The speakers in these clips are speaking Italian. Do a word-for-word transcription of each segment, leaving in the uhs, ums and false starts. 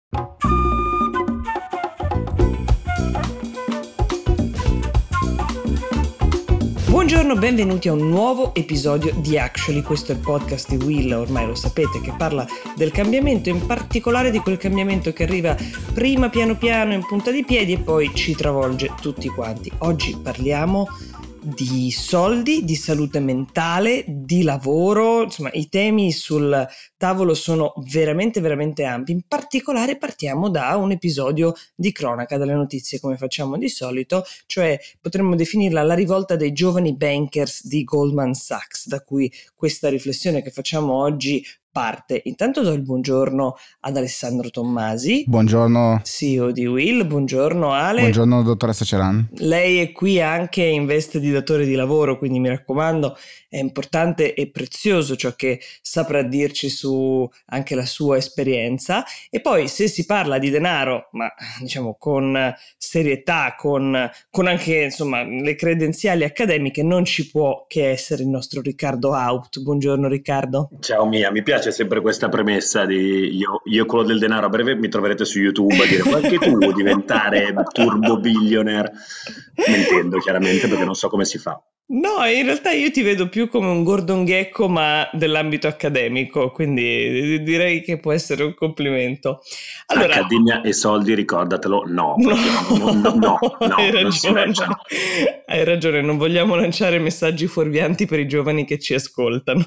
Buongiorno, benvenuti a un nuovo episodio di Actually. Questo è il podcast di Will, ormai lo sapete, che parla del cambiamento, in particolare di quel cambiamento che arriva prima piano piano in punta di piedi e poi ci travolge tutti quanti. Oggi parliamo di soldi, di salute mentale, di lavoro, insomma i temi sul tavolo sono veramente veramente ampi. In particolare partiamo da un episodio di cronaca, dalle notizie come facciamo di solito, cioè potremmo definirla la rivolta dei giovani bankers di Goldman Sachs, da cui questa riflessione che facciamo oggi parte. Intanto do il buongiorno ad Alessandro Tommasi. Buongiorno. C E O di Will, buongiorno Ale. Buongiorno dottoressa Ceran. Lei è qui anche in veste di datore di lavoro, quindi mi raccomando, è importante e prezioso ciò che saprà dirci su anche la sua esperienza. E poi se si parla di denaro, ma diciamo con serietà, con, con anche insomma le credenziali accademiche, non ci può che essere il nostro Riccardo Haupt. Buongiorno Riccardo. Ciao Mia, mi piace sempre questa premessa di io, io quello del denaro. A breve mi troverete su YouTube a dire anche tu vuoi diventare turbo billionaire, mentendo chiaramente perché non so come si fa. No, in realtà io ti vedo più come un Gordon Gekko ma dell'ambito accademico, quindi direi che può essere un complimento. Allora, accademia e soldi, ricordatelo, no, no, no, no, no, no hai non si ragione, hai ragione, non vogliamo lanciare messaggi fuorvianti per i giovani che ci ascoltano.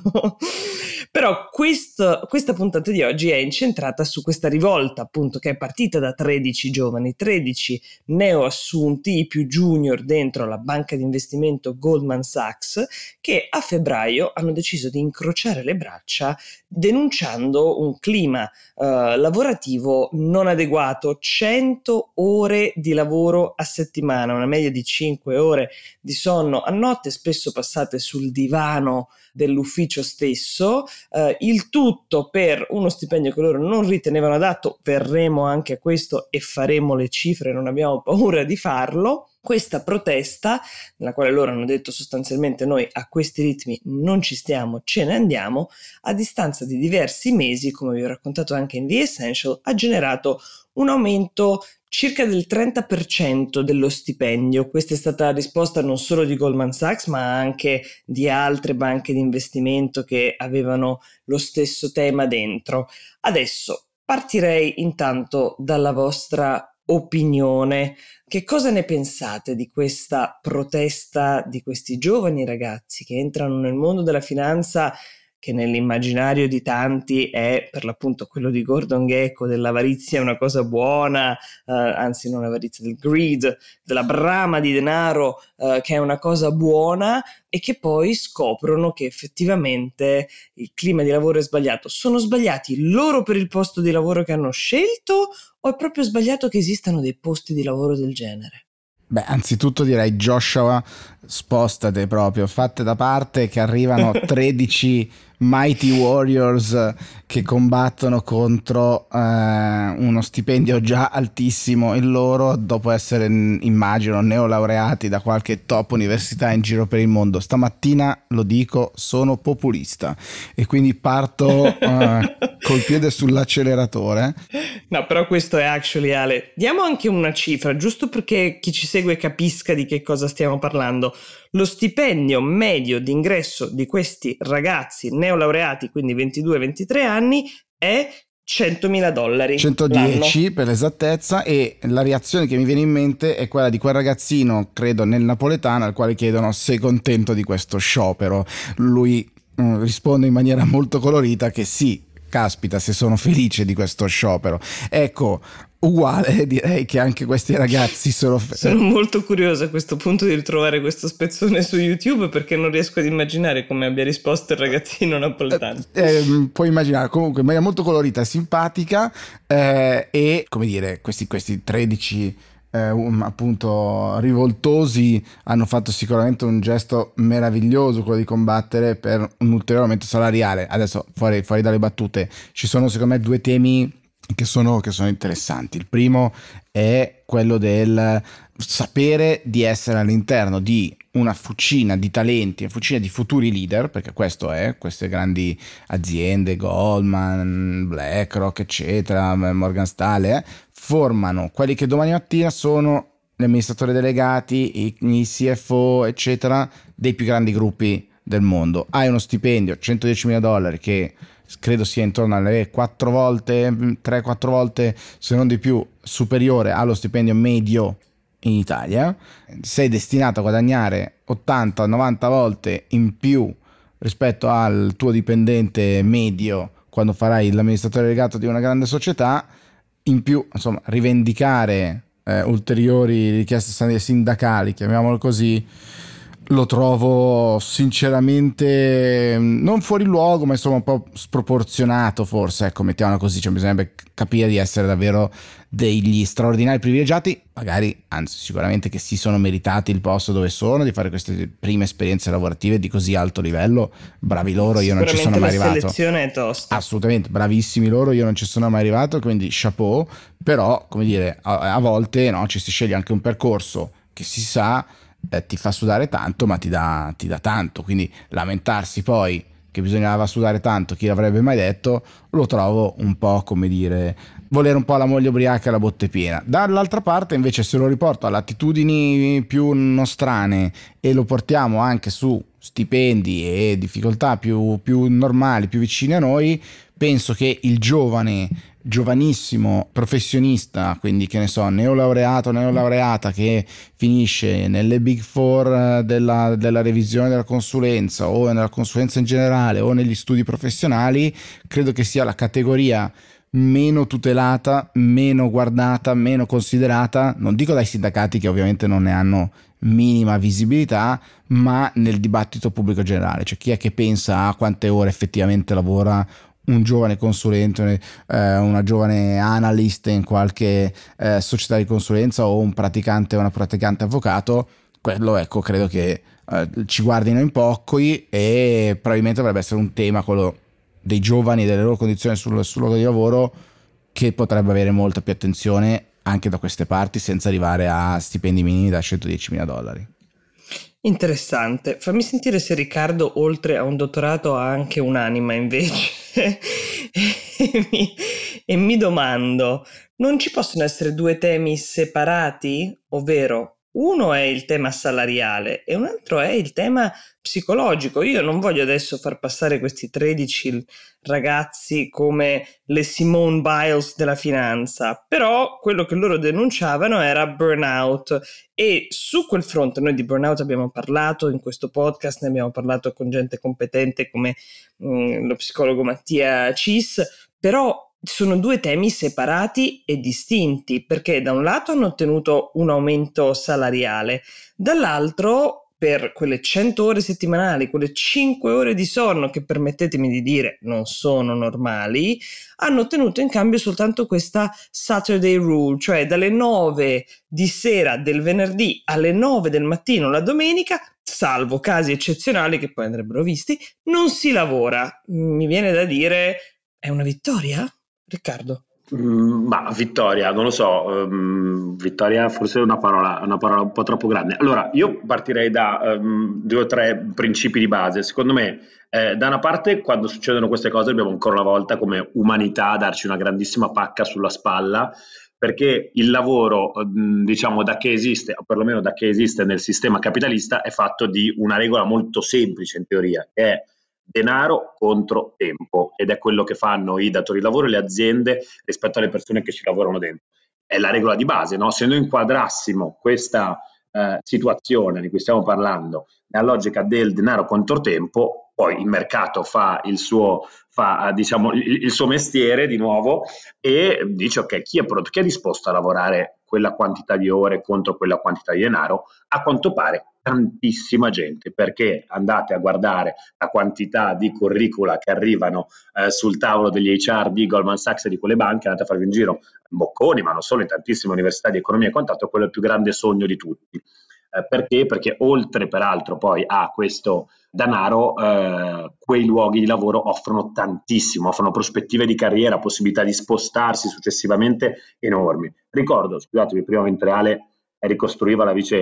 Però questo, questa puntata di oggi è incentrata su questa rivolta, appunto, che è partita da tredici giovani, tredici neoassunti, i più junior dentro la banca di investimento Goldman Sachs, che a febbraio hanno deciso di incrociare le braccia denunciando un clima eh, lavorativo non adeguato, cento ore di lavoro a settimana, una media di cinque ore di sonno a notte, spesso passate sul divano dell'ufficio stesso, eh, il tutto per uno stipendio che loro non ritenevano adatto. Verremo anche a questo e faremo le cifre, non abbiamo paura di farlo. Questa protesta, nella quale loro hanno detto sostanzialmente noi a questi ritmi non ci stiamo, ce ne andiamo, a distanza di diversi mesi, come vi ho raccontato anche in The Essential, ha generato un aumento circa del trenta per cento dello stipendio. Questa è stata la risposta non solo di Goldman Sachs, ma anche di altre banche di investimento che avevano lo stesso tema dentro. Adesso partirei intanto dalla vostra opinione. Che cosa ne pensate di questa protesta di questi giovani ragazzi che entrano nel mondo della finanza, che nell'immaginario di tanti è per l'appunto quello di Gordon Gekko, dell'avarizia è una cosa buona, eh, anzi non l'avarizia, del greed, della brama di denaro, eh, che è una cosa buona, e che poi scoprono che effettivamente il clima di lavoro è sbagliato. Sono sbagliati loro per il posto di lavoro che hanno scelto, o è proprio sbagliato che esistano dei posti di lavoro del genere? Beh, anzitutto direi Joshua, spostate proprio, fatte da parte che arrivano tredici Mighty Warriors che combattono contro eh, uno stipendio già altissimo il loro, dopo essere, immagino, neolaureati da qualche top università in giro per il mondo. Stamattina, lo dico, sono populista e quindi parto eh, col piede sull'acceleratore. No, però questo è Actually, Ale. Diamo anche una cifra, giusto perché chi ci segue capisca di che cosa stiamo parlando. Lo stipendio medio d'ingresso di questi ragazzi neolaureati, quindi ventidue ventitré anni, è centomila dollari. centodieci l'anno. Per l'esattezza, e la reazione che mi viene in mente è quella di quel ragazzino, credo nel napoletano, al quale chiedono sei contento di questo sciopero. Lui mm, risponde in maniera molto colorita che sì, caspita, se sono felice di questo sciopero. Ecco, uguale direi che anche questi ragazzi sono fe- sono molto curiosa a questo punto di ritrovare questo spezzone su YouTube, perché non riesco ad immaginare come abbia risposto il ragazzino napoletano. eh, eh, puoi immaginare, comunque in maniera molto colorita e simpatica, eh, e come dire, questi, questi tredici eh, um, appunto rivoltosi hanno fatto sicuramente un gesto meraviglioso, quello di combattere per un ulteriore aumento salariale. Adesso fuori, fuori dalle battute, ci sono secondo me due temi che sono, che sono interessanti. Il primo è quello del sapere di essere all'interno di una fucina di talenti, una fucina di futuri leader, perché questo è, queste grandi aziende, Goldman, BlackRock, eccetera, Morgan Stanley, eh, formano quelli che domani mattina sono gli amministratori delegati, i, i C F O, eccetera, dei più grandi gruppi del mondo. Hai uno stipendio, centodiecimila dollari, che credo sia intorno alle quattro volte, tre quattro volte, se non di più, superiore allo stipendio medio in Italia. Sei destinato a guadagnare ottanta novanta volte in più rispetto al tuo dipendente medio quando farai l'amministratore delegato di una grande società. In più, insomma, rivendicare eh, ulteriori richieste sindacali, chiamiamolo così, lo trovo sinceramente non fuori luogo, ma insomma un po' sproporzionato, forse, ecco, mettiamola così. Cioè, bisognerebbe capire di essere davvero degli straordinari privilegiati, magari, anzi sicuramente, che si sono meritati il posto dove sono, di fare queste prime esperienze lavorative di così alto livello. Bravi loro, io non ci sono mai arrivato. La selezione è tosta. Assolutamente, bravissimi loro, io non ci sono mai arrivato, quindi chapeau. Però, come dire, a, a volte, no, ci si sceglie anche un percorso che si sa eh, ti fa sudare tanto, ma ti dà, ti dà tanto. Quindi lamentarsi poi che bisognava sudare tanto, chi l'avrebbe mai detto, lo trovo un po', come dire, volere un po' la moglie ubriaca e la botte piena. Dall'altra parte, invece, se lo riporto alle attitudini più nostrane e lo portiamo anche su stipendi e difficoltà più, più normali, più vicine a noi, penso che il giovane, giovanissimo professionista, quindi che ne so, neolaureato, neolaureata che finisce nelle big four della, della revisione della consulenza o nella consulenza in generale o negli studi professionali, credo che sia la categoria meno tutelata, meno guardata, meno considerata, non dico dai sindacati, che ovviamente non ne hanno minima visibilità, ma nel dibattito pubblico generale. Cioè, chi è che pensa a quante ore effettivamente lavora un giovane consulente, eh, una giovane analyst in qualche eh, società di consulenza, o un praticante o una praticante avvocato? Quello, ecco, credo che eh, ci guardino in pochi, e probabilmente dovrebbe essere un tema, quello dei giovani e delle loro condizioni sul, sul luogo di lavoro, che potrebbe avere molta più attenzione anche da queste parti, senza arrivare a stipendi minimi da centodiecimila dollari. Interessante. Fammi sentire se Riccardo, oltre a un dottorato, ha anche un'anima invece. e, mi, e mi domando, non ci possono essere due temi separati? Ovvero, uno è il tema salariale e un altro è il tema psicologico. Io non voglio adesso far passare questi tredici ragazzi come le Simone Biles della finanza, però quello che loro denunciavano era burnout, e su quel fronte noi di burnout abbiamo parlato in questo podcast, ne abbiamo parlato con gente competente come mh, lo psicologo Mattia Cis, però sono due temi separati e distinti, perché da un lato hanno ottenuto un aumento salariale, dall'altro per quelle cento ore settimanali, quelle cinque ore di sonno che, permettetemi di dire, non sono normali, hanno ottenuto in cambio soltanto questa Saturday Rule, cioè dalle nove di sera del venerdì alle nove del mattino la domenica, salvo casi eccezionali che poi andrebbero visti, non si lavora. Mi viene da dire, è una vittoria, Riccardo? Mm, ma vittoria, non lo so, um, vittoria forse è una parola, una parola un po' troppo grande. Allora, io partirei da um, due o tre principi di base. Secondo me, eh, da una parte, quando succedono queste cose, dobbiamo ancora una volta, come umanità, darci una grandissima pacca sulla spalla, perché il lavoro, um, diciamo, da che esiste, o perlomeno da che esiste nel sistema capitalista, è fatto di una regola molto semplice in teoria, che è denaro contro tempo, ed è quello che fanno i datori di lavoro e le aziende rispetto alle persone che ci lavorano dentro. È la regola di base, no? Se noi inquadrassimo questa eh, situazione di cui stiamo parlando nella logica del denaro contro tempo, poi il mercato fa il suo, fa, diciamo, il, il suo mestiere di nuovo e dice: ok, chi è, chi è disposto a lavorare quella quantità di ore contro quella quantità di denaro? A quanto pare tantissima gente, perché andate a guardare la quantità di curricula che arrivano eh, sul tavolo degli H R di Goldman Sachs e di quelle banche, andate a farvi in giro bocconi, ma non solo, in tantissime università di economia e quant'altro, quello è il più grande sogno di tutti. Eh, perché? Perché oltre peraltro poi a questo denaro, eh, quei luoghi di lavoro offrono tantissimo, offrono prospettive di carriera, possibilità di spostarsi successivamente enormi. Ricordo, scusatemi, prima mentre Ale ricostruiva la vicenda,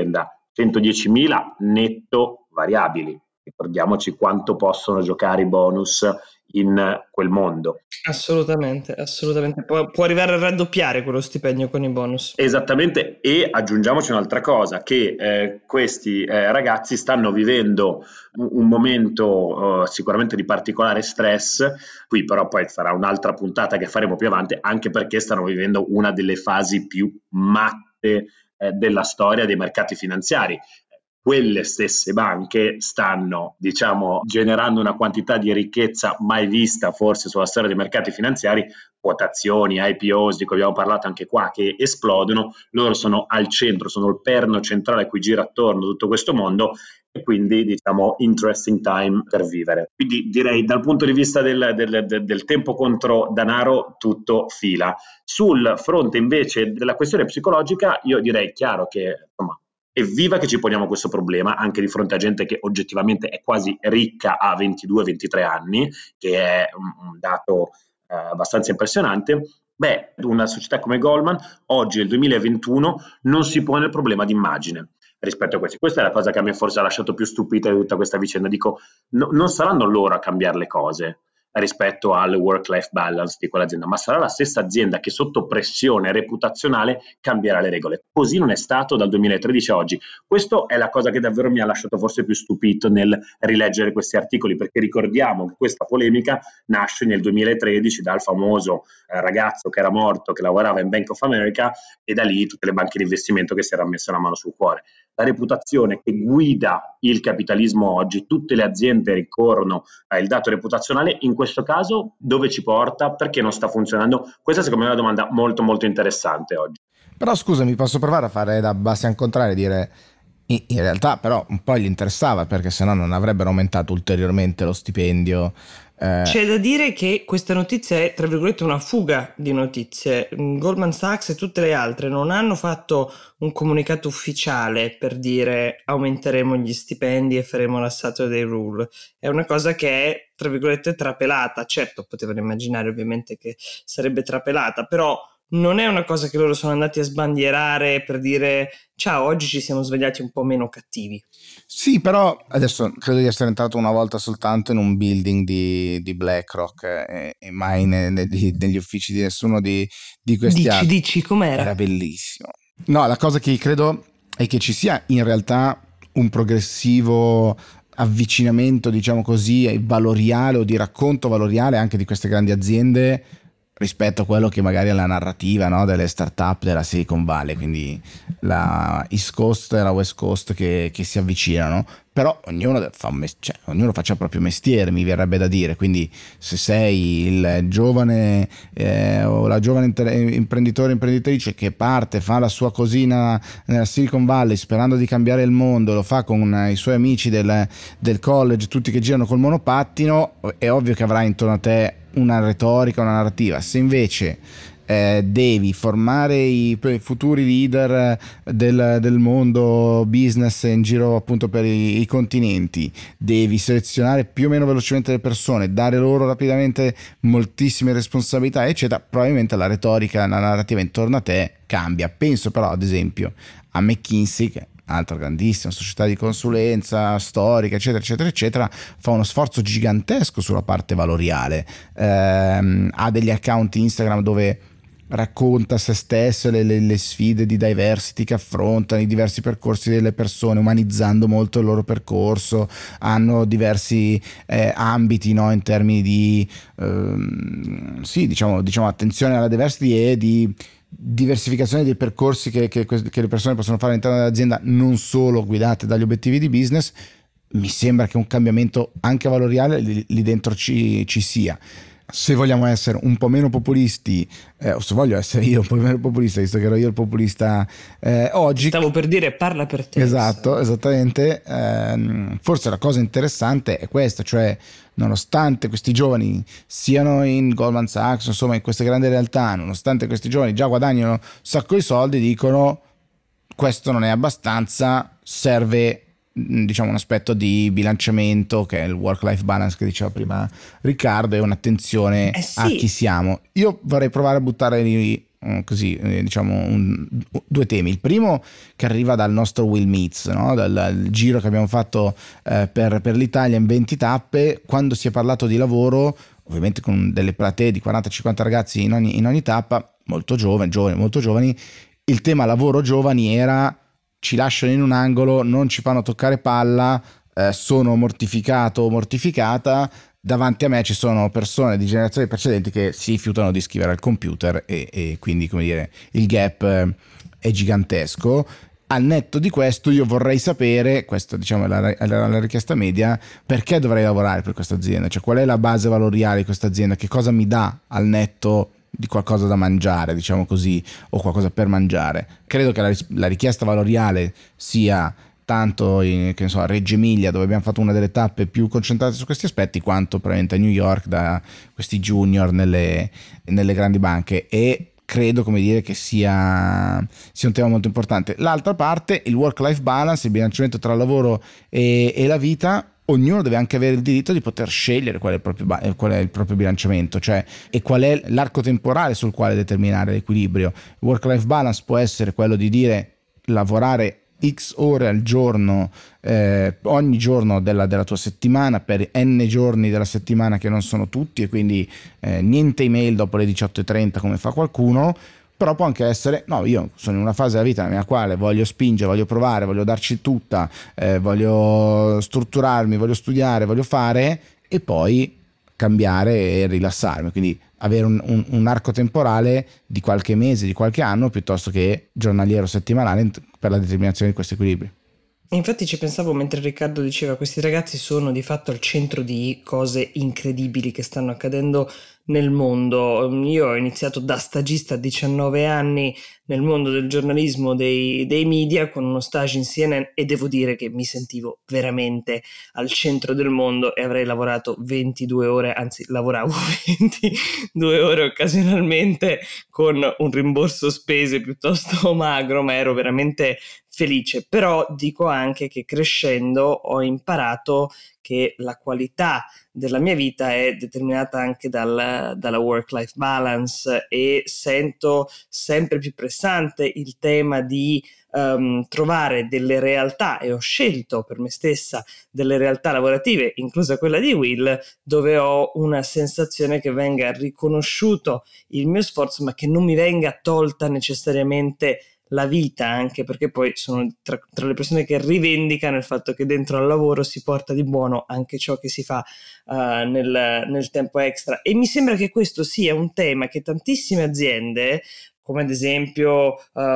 centodiecimila netto variabili. Ricordiamoci quanto possono giocare i bonus in quel mondo. Assolutamente, assolutamente. Può, può arrivare a raddoppiare quello stipendio con i bonus. Esattamente, e aggiungiamoci un'altra cosa, che eh, questi eh, ragazzi stanno vivendo un, un momento eh, sicuramente di particolare stress, qui però poi sarà un'altra puntata che faremo più avanti, anche perché stanno vivendo una delle fasi più matte eh, della storia dei mercati finanziari. Quelle stesse banche stanno, diciamo, generando una quantità di ricchezza mai vista forse sulla storia dei mercati finanziari, quotazioni, I P Os, di cui abbiamo parlato anche qua, che esplodono. Loro sono al centro, sono il perno centrale a cui gira attorno tutto questo mondo, e quindi, diciamo, interesting time per vivere. Quindi direi, dal punto di vista del, del, del, del tempo contro denaro, tutto fila. Sul fronte invece della questione psicologica, io direi chiaro che, insomma, evviva che ci poniamo questo problema anche di fronte a gente che oggettivamente è quasi ricca a ventidue ventitré anni, che è un, un dato eh, abbastanza impressionante. Beh, una società come Goldman oggi nel duemilaventuno non si pone il problema di immagine rispetto a questi. Questa è la cosa che a me forse ha lasciato più stupita di tutta questa vicenda. Dico, no, non saranno loro a cambiare le cose rispetto al work-life balance di quell'azienda, ma sarà la stessa azienda che sotto pressione reputazionale cambierà le regole. Così non è stato dal duemilatredici a oggi. Questa è la cosa che davvero mi ha lasciato forse più stupito nel rileggere questi articoli, perché ricordiamo che questa polemica nasce nel duemilatredici dal famoso eh, ragazzo che era morto, che lavorava in Bank of America, e da lì tutte le banche di investimento che si erano messe la mano sul cuore. La reputazione che guida il capitalismo oggi, tutte le aziende ricorrono al dato reputazionale. In questo caso dove ci porta? Perché non sta funzionando? Questa secondo me è una domanda molto molto interessante oggi. Però scusami, posso provare a fare da Bastian Contrario e dire in, in realtà però un po' gli interessava, perché sennò non avrebbero aumentato ulteriormente lo stipendio. Eh. C'è da dire che questa notizia è, tra virgolette, una fuga di notizie. Goldman Sachs e tutte le altre non hanno fatto un comunicato ufficiale per dire aumenteremo gli stipendi e faremo la Saturday Rule. È una cosa che è, tra virgolette, trapelata. Certo, potevano immaginare ovviamente che sarebbe trapelata, però non è una cosa che loro sono andati a sbandierare per dire ciao, oggi ci siamo svegliati un po' meno cattivi. Sì, però adesso credo di essere entrato una volta soltanto in un building di, di BlackRock e, e mai ne, ne, di, negli uffici di nessuno di, di questi dici, altri. Dici, com'era? Era bellissimo. No, la cosa che credo è che ci sia in realtà un progressivo avvicinamento, diciamo così, valoriale o di racconto valoriale anche di queste grandi aziende rispetto a quello che magari è la narrativa, no, delle startup della Silicon Valley, quindi la East Coast e la West Coast che, che si avvicinano, però ognuno fa un mes- cioè, ognuno faccia il proprio mestiere, mi verrebbe da dire. Quindi se sei il giovane eh, o la giovane inter- imprenditore imprenditrice che parte, fa la sua cosina nella Silicon Valley sperando di cambiare il mondo, lo fa con i suoi amici del, del college, tutti che girano col monopattino, è ovvio che avrai intorno a te una retorica, una narrativa. Se invece eh, devi formare i, i futuri leader del, del mondo business in giro appunto per i, i continenti, devi selezionare più o meno velocemente le persone, dare loro rapidamente moltissime responsabilità eccetera, probabilmente la retorica, la narrativa intorno a te cambia. Penso però ad esempio a McKinsey, che altra grandissima società di consulenza storica eccetera eccetera eccetera, fa uno sforzo gigantesco sulla parte valoriale, ehm, ha degli account Instagram dove racconta se stesso, le, le, le sfide di diversity che affrontano, i diversi percorsi delle persone, umanizzando molto il loro percorso, hanno diversi eh, ambiti, no, in termini di ehm, sì, diciamo, diciamo attenzione alla diversity e di diversificazione dei percorsi che, che, che le persone possono fare all'interno dell'azienda, non solo guidate dagli obiettivi di business. Mi sembra che un cambiamento anche valoriale lì, lì dentro ci, ci sia. Se vogliamo essere un po' meno populisti, eh, o se voglio essere io un po' meno populista, visto che ero io il populista eh, oggi. Stavo per dire parla per te. Esatto, esattamente. Eh, forse la cosa interessante è questa, cioè nonostante questi giovani siano in Goldman Sachs, insomma in queste grandi realtà, nonostante questi giovani già guadagnano un sacco di soldi, dicono questo non è abbastanza, serve diciamo un aspetto di bilanciamento che è il work-life balance che diceva prima Riccardo, e un'attenzione eh sì. a chi siamo. Io vorrei provare a buttare lì eh, così, eh, diciamo, un, due temi. Il primo che arriva dal nostro Will Meets, no? dal, dal giro che abbiamo fatto eh, per, per l'Italia in venti tappe, quando si è parlato di lavoro, ovviamente con delle platee di quaranta cinquanta ragazzi in ogni, in ogni tappa, molto giovani, giovani, molto giovani, il tema lavoro giovani era: ci lasciano in un angolo, non ci fanno toccare palla, eh, sono mortificato o mortificata, davanti a me ci sono persone di generazioni precedenti che si rifiutano di scrivere al computer e, e quindi, come dire, il gap eh, è gigantesco. Al netto di questo io vorrei sapere, questa diciamo è la, è la, la richiesta media, perché dovrei lavorare per questa azienda, cioè qual è la base valoriale di questa azienda, che cosa mi dà al netto di qualcosa da mangiare, diciamo così, o qualcosa per mangiare. Credo che la, la richiesta valoriale sia tanto in, che ne so, a Reggio Emilia, dove abbiamo fatto una delle tappe più concentrate su questi aspetti, quanto probabilmente a New York da questi junior nelle, nelle grandi banche, e credo, come dire, che sia, sia un tema molto importante. L'altra parte, il work-life balance, il bilanciamento tra il lavoro e, e la vita. Ognuno deve anche avere il diritto di poter scegliere qual è il proprio, qual è il proprio bilanciamento, cioè, e qual è l'arco temporale sul quale determinare l'equilibrio. Il work-life balance può essere quello di dire: lavorare X ore al giorno, eh, ogni giorno della, della tua settimana, per n giorni della settimana che non sono tutti, e quindi eh, niente email dopo le diciotto e trenta come fa qualcuno. Però può anche essere: no, io sono in una fase della vita nella quale voglio spingere, voglio provare, voglio darci tutta, eh, voglio strutturarmi, voglio studiare, voglio fare, e poi cambiare e rilassarmi, quindi avere un, un, un arco temporale di qualche mese, di qualche anno, piuttosto che giornaliero, settimanale, per la determinazione di questo equilibrio. Infatti ci pensavo mentre Riccardo diceva: questi ragazzi sono di fatto al centro di cose incredibili che stanno accadendo nel mondo. Io ho iniziato da stagista a diciannove anni nel mondo del giornalismo, dei, dei media, con uno stage in C N N, e devo dire che mi sentivo veramente al centro del mondo, e avrei lavorato ventidue ore, anzi lavoravo ventidue ore occasionalmente con un rimborso spese piuttosto magro, ma ero veramente felice. Però dico anche che crescendo ho imparato che la qualità della mia vita è determinata anche dal, dalla work-life balance, e sento sempre più pressante il tema di um, trovare delle realtà, e ho scelto per me stessa delle realtà lavorative, inclusa quella di Will, dove ho una sensazione che venga riconosciuto il mio sforzo, ma che non mi venga tolta necessariamente la vita, anche perché poi sono tra, tra le persone che rivendicano il fatto che dentro al lavoro si porta di buono anche ciò che si fa uh, nel, nel tempo extra. E mi sembra che questo sia un tema che tantissime aziende, come ad esempio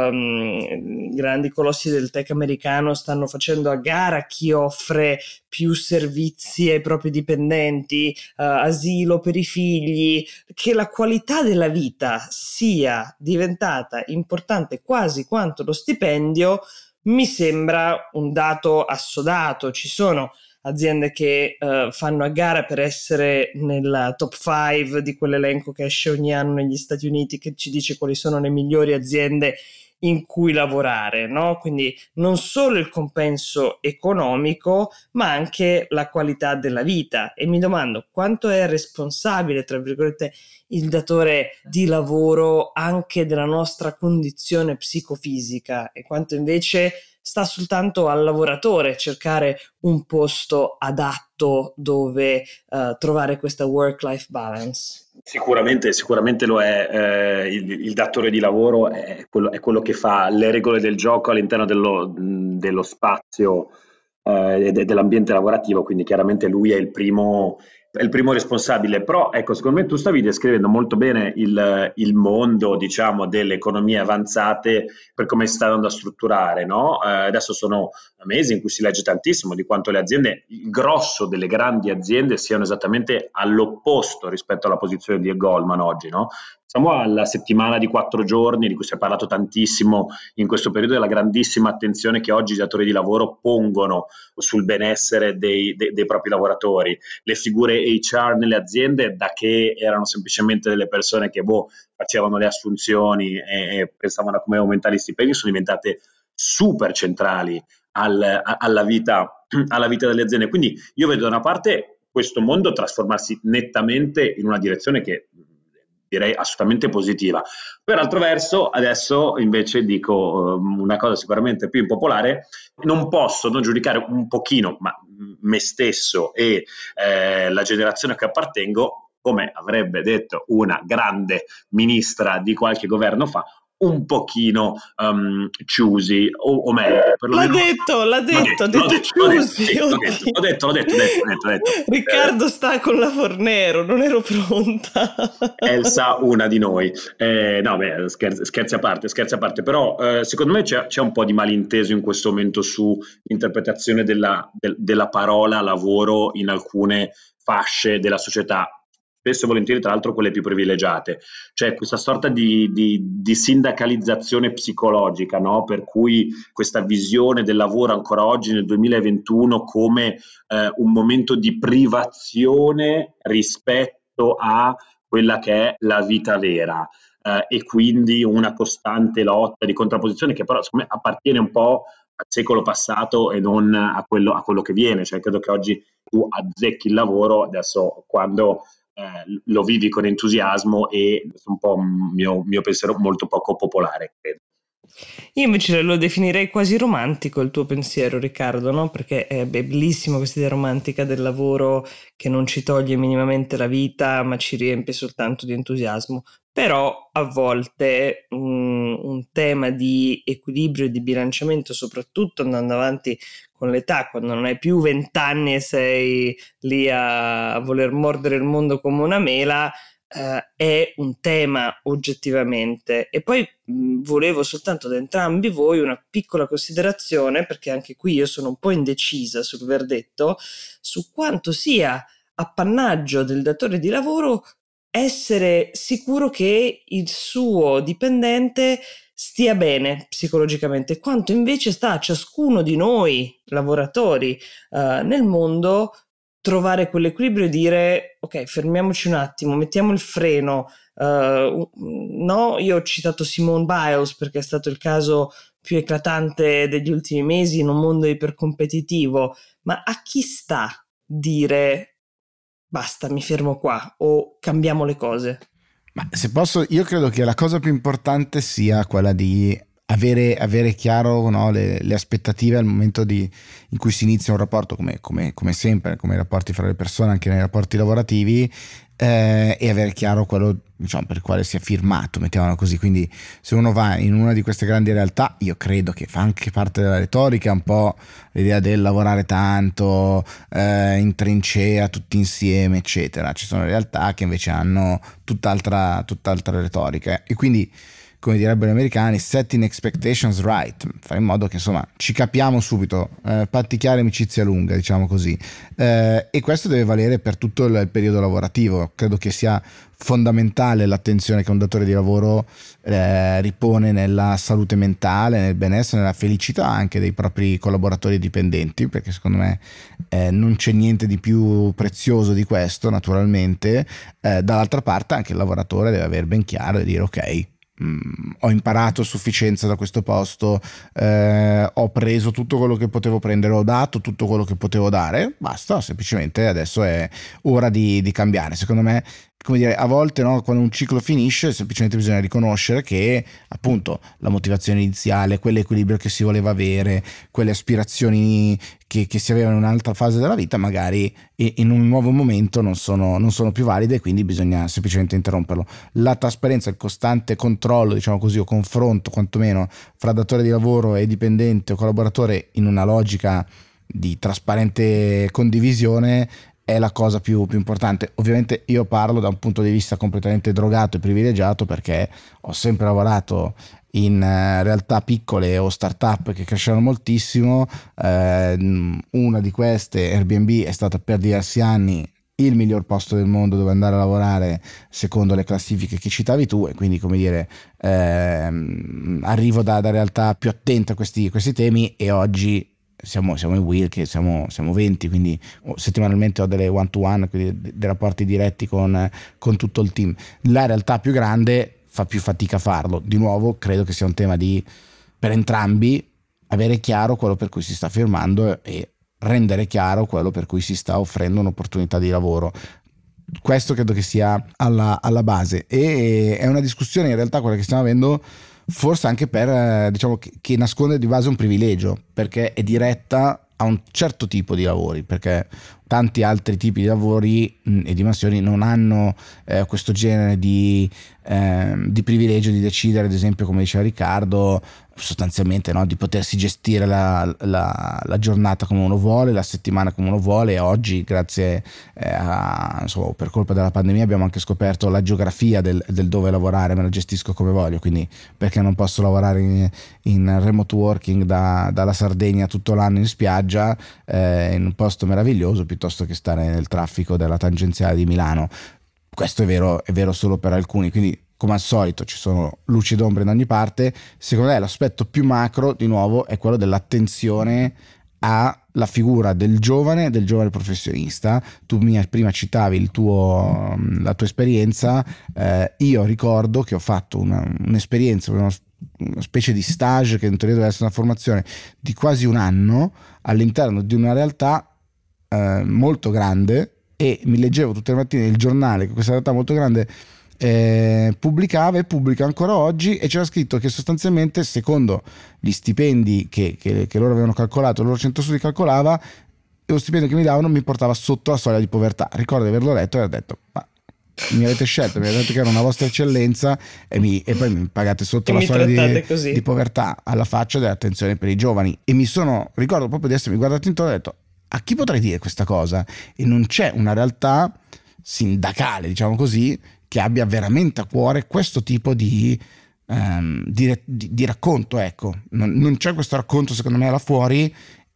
um, grandi colossi del tech americano, stanno facendo a gara chi offre più servizi ai propri dipendenti, uh, asilo per i figli, che la qualità della vita sia diventata importante quasi quanto lo stipendio. Mi sembra un dato assodato. Ci sono aziende che uh, fanno a gara per essere nella top cinque di quell'elenco che esce ogni anno negli Stati Uniti, che ci dice quali sono le migliori aziende in cui lavorare, no? Quindi non solo il compenso economico, ma anche la qualità della vita. E mi domando quanto è responsabile, tra virgolette, il datore di lavoro anche della nostra condizione psicofisica, e quanto invece sta soltanto al lavoratore cercare un posto adatto dove uh, trovare questa work-life balance. Sicuramente, sicuramente lo è. Eh, il, il datore di lavoro è quello, è quello che fa le regole del gioco all'interno dello, dello spazio eh, e dell'ambiente lavorativo, quindi chiaramente lui è il primo, è il primo responsabile. Però ecco, secondo me tu stavi descrivendo molto bene il, il mondo, diciamo, delle economie avanzate per come si sta andando a strutturare, no? Eh, adesso sono mesi in cui si legge tantissimo di quanto le aziende, il grosso delle grandi aziende, siano esattamente all'opposto rispetto alla posizione di Goldman oggi, no? Siamo alla settimana di quattro giorni, di cui si è parlato tantissimo in questo periodo, della grandissima attenzione che oggi i datori di lavoro pongono sul benessere dei, dei, dei propri lavoratori. Le figure H R nelle aziende, da che erano semplicemente delle persone che boh, facevano le assunzioni e, e pensavano a come aumentare gli stipendi, sono diventate super centrali al, alla, vita, alla vita delle aziende. Quindi io vedo da una parte questo mondo trasformarsi nettamente in una direzione che direi assolutamente positiva. Per altro verso, adesso invece dico um, una cosa sicuramente più impopolare: non posso non giudicare un pochino, ma me stesso e eh, la generazione a cui appartengo, come avrebbe detto una grande ministra di qualche governo fa, un pochino um, choosy, o, o meglio, L'ha perlomeno detto, l'ha detto, ha l'ho detto detto, l'ho detto, choosy, sì, l'ho oddio. detto, l'ho detto, l'ho detto, detto, detto, detto. Riccardo sta con la Fornero, non ero pronta. Elsa, una di noi. Eh, no, beh, scherzi, scherzi a parte, scherzi a parte, però eh, secondo me c'è, c'è un po' di malinteso in questo momento sull'interpretazione della, del- della parola lavoro in alcune fasce della società, spesso e volentieri tra l'altro quelle più privilegiate. C'è questa sorta di, di- di sindacalizzazione psicologica, no? Per cui questa visione del lavoro ancora oggi nel duemilaventuno come eh, un momento di privazione rispetto a quella che è la vita vera, eh, e quindi una costante lotta di contrapposizione che però secondo me appartiene un po' al secolo passato e non a quello, a quello che viene. Cioè, credo che oggi tu azzecchi il lavoro adesso quando eh, lo vivi con entusiasmo, e questo è un po' un mio, mio pensiero molto poco popolare, credo. Io invece lo definirei quasi romantico il tuo pensiero, Riccardo, no? Perché è bellissimo questa idea romantica del lavoro che non ci toglie minimamente la vita, ma ci riempie soltanto di entusiasmo. Però a volte mh, un tema di equilibrio e di bilanciamento, soprattutto andando avanti con l'età, quando non hai più vent'anni e sei lì a voler mordere il mondo come una mela, Uh, è un tema oggettivamente. E poi mh, volevo soltanto da entrambi voi una piccola considerazione, perché anche qui io sono un po' indecisa sul verdetto, su quanto sia appannaggio del datore di lavoro essere sicuro che il suo dipendente stia bene psicologicamente, quanto invece sta a ciascuno di noi lavoratori uh, nel mondo trovare quell'equilibrio e dire ok, fermiamoci un attimo, mettiamo il freno. Uh, no, io ho citato Simone Biles perché è stato il caso più eclatante degli ultimi mesi in un mondo ipercompetitivo, ma a chi sta dire basta, mi fermo qua o cambiamo le cose? Ma se posso, io credo che la cosa più importante sia quella di avere, avere chiaro, no, le, le aspettative al momento di, in cui si inizia un rapporto, come, come, come sempre, come i rapporti fra le persone, anche nei rapporti lavorativi, eh, e avere chiaro quello, diciamo, per il quale si è firmato, mettiamolo così. Quindi se uno va in una di queste grandi realtà, io credo che fa anche parte della retorica un po' l'idea del lavorare tanto, eh, in trincea, tutti insieme, eccetera. Ci sono realtà che invece hanno tutt'altra, tutt'altra retorica, e quindi, come direbbero gli americani, setting expectations right, fare in modo che insomma ci capiamo subito, eh, patti chiari, amicizia lunga, diciamo così, eh, e questo deve valere per tutto il periodo lavorativo. Credo che sia fondamentale l'attenzione che un datore di lavoro eh, ripone nella salute mentale, nel benessere, nella felicità anche dei propri collaboratori dipendenti, perché secondo me eh, non c'è niente di più prezioso di questo, naturalmente. Eh, dall'altra parte anche il lavoratore deve aver ben chiaro e dire ok, Mm, ho imparato a sufficienza da questo posto, eh, ho preso tutto quello che potevo prendere, ho dato tutto quello che potevo dare, basta, semplicemente adesso è ora di, di cambiare. Secondo me, come dire, a volte, no, quando un ciclo finisce semplicemente bisogna riconoscere che appunto la motivazione iniziale, quell'equilibrio che si voleva avere, quelle aspirazioni che, che si avevano in un'altra fase della vita, magari in un nuovo momento non sono, non sono più valide, e quindi bisogna semplicemente interromperlo. La trasparenza, il costante controllo, diciamo così, o confronto quantomeno fra datore di lavoro e dipendente o collaboratore in una logica di trasparente condivisione è la cosa più, più importante. Ovviamente io parlo da un punto di vista completamente drogato e privilegiato, perché ho sempre lavorato in uh, realtà piccole o startup che crescevano moltissimo. Uh, una di queste, Airbnb, è stata per diversi anni il miglior posto del mondo dove andare a lavorare secondo le classifiche che citavi tu, e quindi, come dire, ehm, arrivo da, da realtà più attente a questi, questi temi, e oggi siamo, siamo in Will, che siamo, siamo venti, quindi settimanalmente ho delle one to one, quindi dei rapporti diretti con, con tutto il team. La realtà più grande fa più fatica a farlo. Di nuovo, credo che sia un tema di, per entrambi, avere chiaro quello per cui si sta firmando e rendere chiaro quello per cui si sta offrendo un'opportunità di lavoro. questo credo che sia alla, alla base, e è una discussione in realtà quella che stiamo avendo forse anche per, diciamo, che, che nasconde di base un privilegio, perché è diretta a un certo tipo di lavori, perché tanti altri tipi di lavori mh, e di mansioni non hanno eh, questo genere di, eh, di privilegio di decidere, ad esempio, come diceva Riccardo, sostanzialmente, no, di potersi gestire la, la, la giornata come uno vuole, la settimana come uno vuole. E oggi, grazie eh, a, insomma, per colpa della pandemia, abbiamo anche scoperto la geografia del, del dove lavorare, me la gestisco come voglio, quindi perché non posso lavorare in, in remote working da, dalla Sardegna tutto l'anno in spiaggia eh, in un posto meraviglioso, piuttosto che stare nel traffico della tangenziale di Milano. Questo è vero, è vero solo per alcuni, quindi come al solito ci sono luci d'ombra in ogni parte. Secondo me l'aspetto più macro, di nuovo, è quello dell'attenzione alla figura del giovane, del giovane professionista. Tu prima citavi il tuo, la tua esperienza, eh, io ricordo che ho fatto una, un'esperienza, una, una specie di stage che in teoria deve essere una formazione di quasi un anno all'interno di una realtà eh, molto grande, e mi leggevo tutte le mattine il giornale che questa realtà molto grande eh, pubblicava e pubblica ancora oggi, e c'era scritto che sostanzialmente, secondo gli stipendi che, che, che loro avevano calcolato, il loro centro studi calcolava, lo stipendio che mi davano mi portava sotto la soglia di povertà. Ricordo di averlo letto e aver detto: ma mi avete scelto, mi avete detto che era una vostra eccellenza e, mi, e poi mi pagate sotto e la soglia di, di di povertà, alla faccia dell'attenzione per i giovani. E mi sono, ricordo proprio di essermi guardato intorno e ho detto: a chi potrei dire questa cosa? E non c'è una realtà sindacale, diciamo così, che abbia veramente a cuore questo tipo di, um, di, di, di racconto. Ecco, non, non c'è questo racconto, secondo me, là fuori,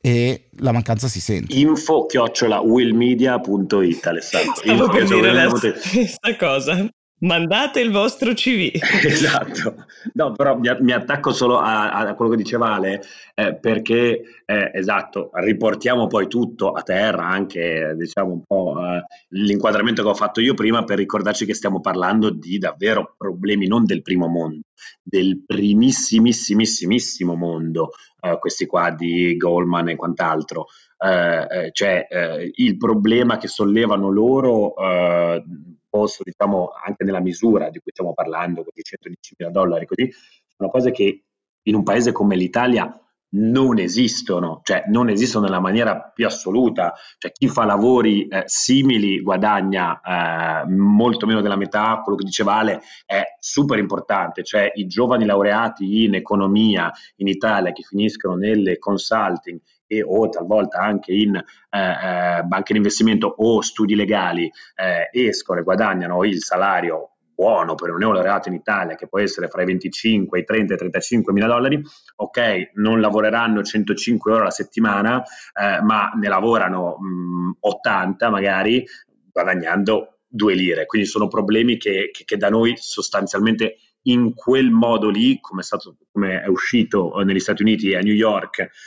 e la mancanza si sente. Info chiocciola willmedia punto it, Alessandro. Stavo Info per dire la willmedia punto it. stessa cosa. Mandate il vostro C V. Esatto, no, però mi, mi attacco solo a, a quello che diceva Ale, eh, perché eh, esatto, riportiamo poi tutto a terra, anche diciamo un po' eh, l'inquadramento che ho fatto io prima, per ricordarci che stiamo parlando di davvero problemi non del primo mondo, del primissimissimissimo mondo, eh, questi qua di Goldman e quant'altro. Eh, eh, cioè eh, il problema che sollevano loro, eh, posto diciamo anche nella misura di cui stiamo parlando, questi centodicimila dollari, così, sono cose che in un paese come l'Italia non esistono, cioè non esistono nella maniera più assoluta. Cioè chi fa lavori eh, simili guadagna eh, molto meno della metà. Quello che diceva Ale è super importante, cioè i giovani laureati in economia in Italia che finiscono nelle consulting e o talvolta anche in eh, eh, banche di investimento o studi legali, eh, escono e guadagnano il salario buono per un neolaureato in Italia, che può essere fra i venticinque, i trenta e i trentacinque mila dollari. Ok, non lavoreranno centocinque ore alla settimana, eh, ma ne lavorano mh, ottanta magari, guadagnando due lire. Quindi sono problemi che, che, che da noi sostanzialmente in quel modo lì, come è stato, come è uscito negli Stati Uniti e a New York, eh,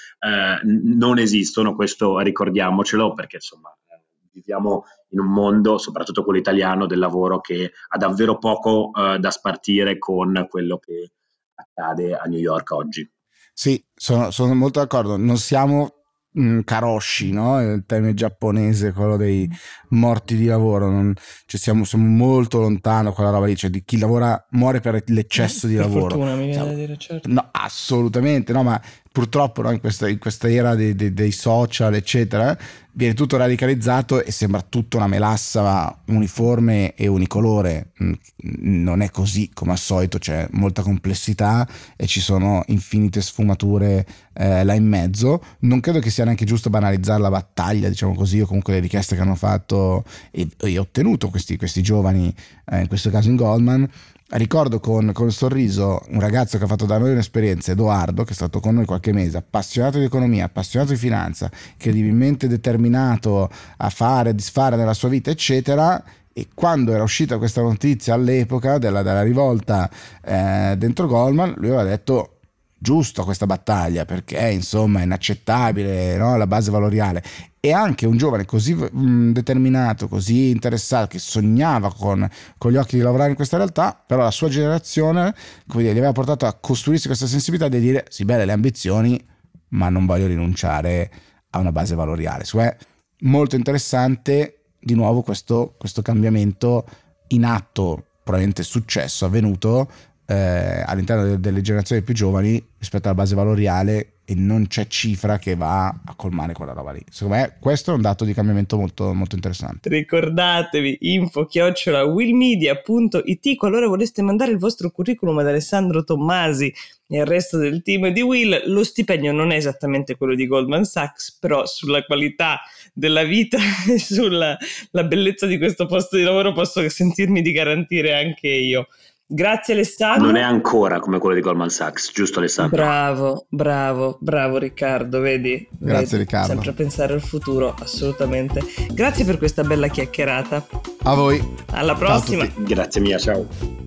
non esistono. Questo ricordiamocelo, perché insomma viviamo in un mondo, soprattutto quello italiano, del lavoro, che ha davvero poco eh, da spartire con quello che accade a New York oggi. Sì, sono, sono molto d'accordo. Non siamo mh, karoshi, no? Il termine giapponese, quello dei morti di lavoro. Non, cioè siamo, siamo molto lontano quella roba lì, cioè di chi lavora muore per l'eccesso di per lavoro. Fortuna, mi viene siamo, da dire, certo. No, assolutamente no, ma purtroppo, no, in questa, in questa era dei, dei, dei social, eccetera, viene tutto radicalizzato e sembra tutta una melassa uniforme e unicolore. Non è così, come al solito c'è molta complessità e ci sono infinite sfumature eh, là in mezzo. Non credo che sia neanche giusto banalizzare la battaglia, diciamo così, o comunque le richieste che hanno fatto e, e ottenuto questi, questi giovani, eh, in questo caso in Goldman. Ricordo con, con sorriso un ragazzo che ha fatto da noi un'esperienza, Edoardo, che è stato con noi qualche mese, appassionato di economia, appassionato di finanza, incredibilmente determinato a fare, a disfare nella sua vita, eccetera. E quando era uscita questa notizia all'epoca della, della rivolta eh, dentro Goldman, lui aveva detto: giusto questa battaglia, perché insomma è inaccettabile, no? La base valoriale. E anche un giovane così mh, determinato, così interessato, che sognava con, con gli occhi di lavorare in questa realtà, però la sua generazione, come dire, gli aveva portato a costruirsi questa sensibilità di dire: sì, belle le ambizioni, ma non voglio rinunciare a una base valoriale. Cioè, molto interessante, di nuovo questo, questo cambiamento in atto, probabilmente successo, avvenuto eh, all'interno de- delle generazioni più giovani rispetto alla base valoriale, e non c'è cifra che va a colmare quella roba lì. Secondo me questo è un dato di cambiamento molto, molto interessante. Ricordatevi info chiocciola willmedia punto it qualora voleste mandare il vostro curriculum ad Alessandro Tommasi e al resto del team di Will. Lo stipendio non è esattamente quello di Goldman Sachs, però sulla qualità della vita e sulla la bellezza di questo posto di lavoro posso sentirmi di garantire anche io. Grazie Alessandro. Non è ancora come quello di Goldman Sachs, giusto Alessandro? Bravo, bravo, bravo Riccardo, vedi? Grazie vedi? Riccardo. Sempre a pensare al futuro, assolutamente. Grazie per questa bella chiacchierata. A voi. Alla prossima. Grazie mia, ciao.